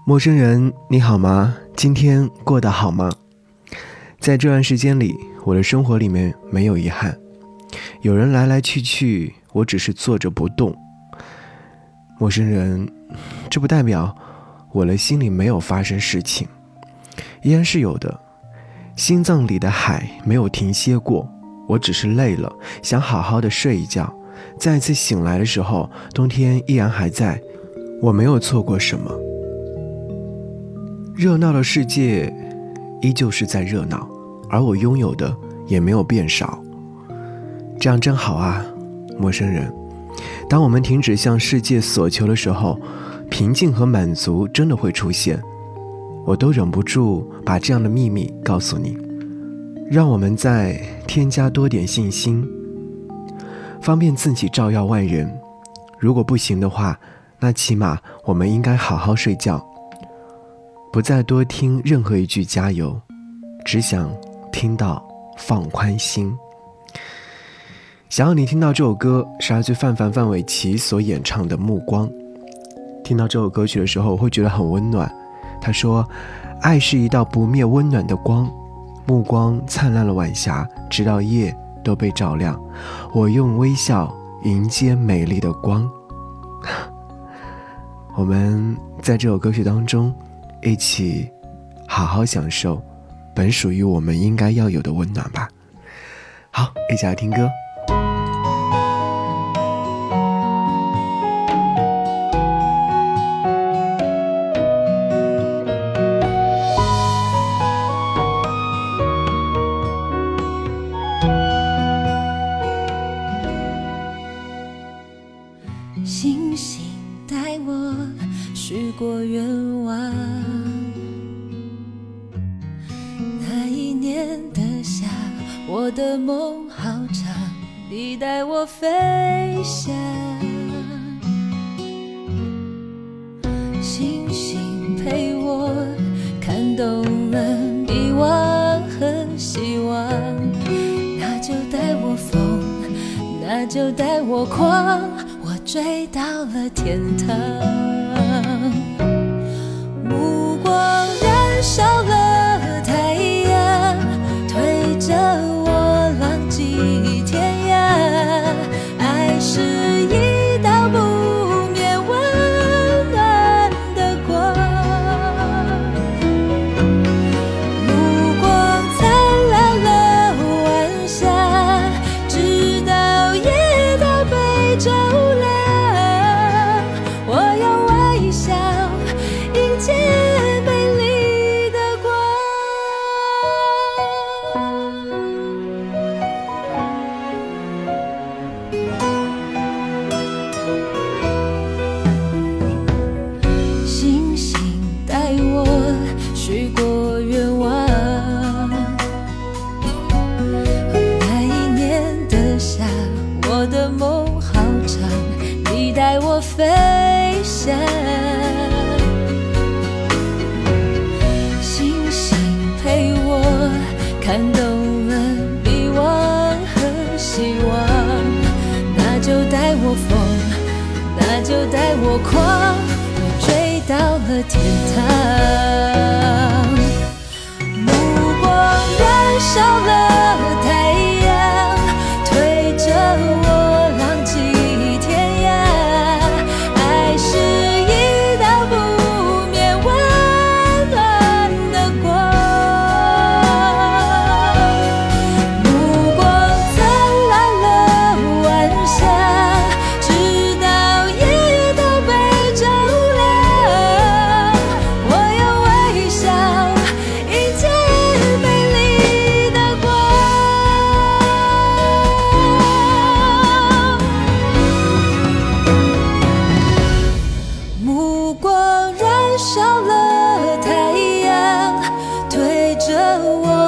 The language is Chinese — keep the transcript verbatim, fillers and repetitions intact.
陌生人，你好吗？今天过得好吗？在这段时间里，我的生活里面没有遗憾，有人来来去去，我只是坐着不动。陌生人，这不代表我的心里没有发生事情，依然是有的。心脏里的海没有停歇过，我只是累了，想好好的睡一觉。再一次醒来的时候，冬天依然还在，我没有错过什么。热闹的世界依旧是在热闹，而我拥有的也没有变少。这样真好啊，陌生人。当我们停止向世界索求的时候，平静和满足真的会出现。我都忍不住把这样的秘密告诉你，让我们再添加多点信心，方便自己照耀万人。如果不行的话，那起码我们应该好好睡觉，不再多听任何一句加油，只想听到放宽心。想要你听到这首歌是来自范范范玮琪所演唱的《暮光》。听到这首歌曲的时候，我会觉得很温暖。他说，爱是一道不灭温暖的光，目光灿烂了晚霞，直到夜都被照亮。我用微笑迎接美丽的光。我们在这首歌曲当中一起好好享受本属于我们应该要有的温暖吧。好，一起来听歌。 星星带我许过愿望，那一年的夏，我的梦好长，你带我飞翔。星星陪我看懂了迷惘和希望，那就带我疯，那就带我狂，追到了天堂。目光燃烧了太阳，推着我浪迹天涯。爱是一道不灭温暖的光，目光灿烂了晚霞，直到夜都被照亮。星星带我许过愿望，那一年的夏，我的梦好长，你带我飞翔。星星陪我看懂了迷惘和希望，那就带我疯，那就带我狂，我追到了天堂。目光燃烧了太阳，推着我浪迹天涯。爱是一道不灭温暖的光，目光灿烂了晚霞，直到夜都被照亮。我用微笑迎接美丽的光。目光燃烧了太阳，推着我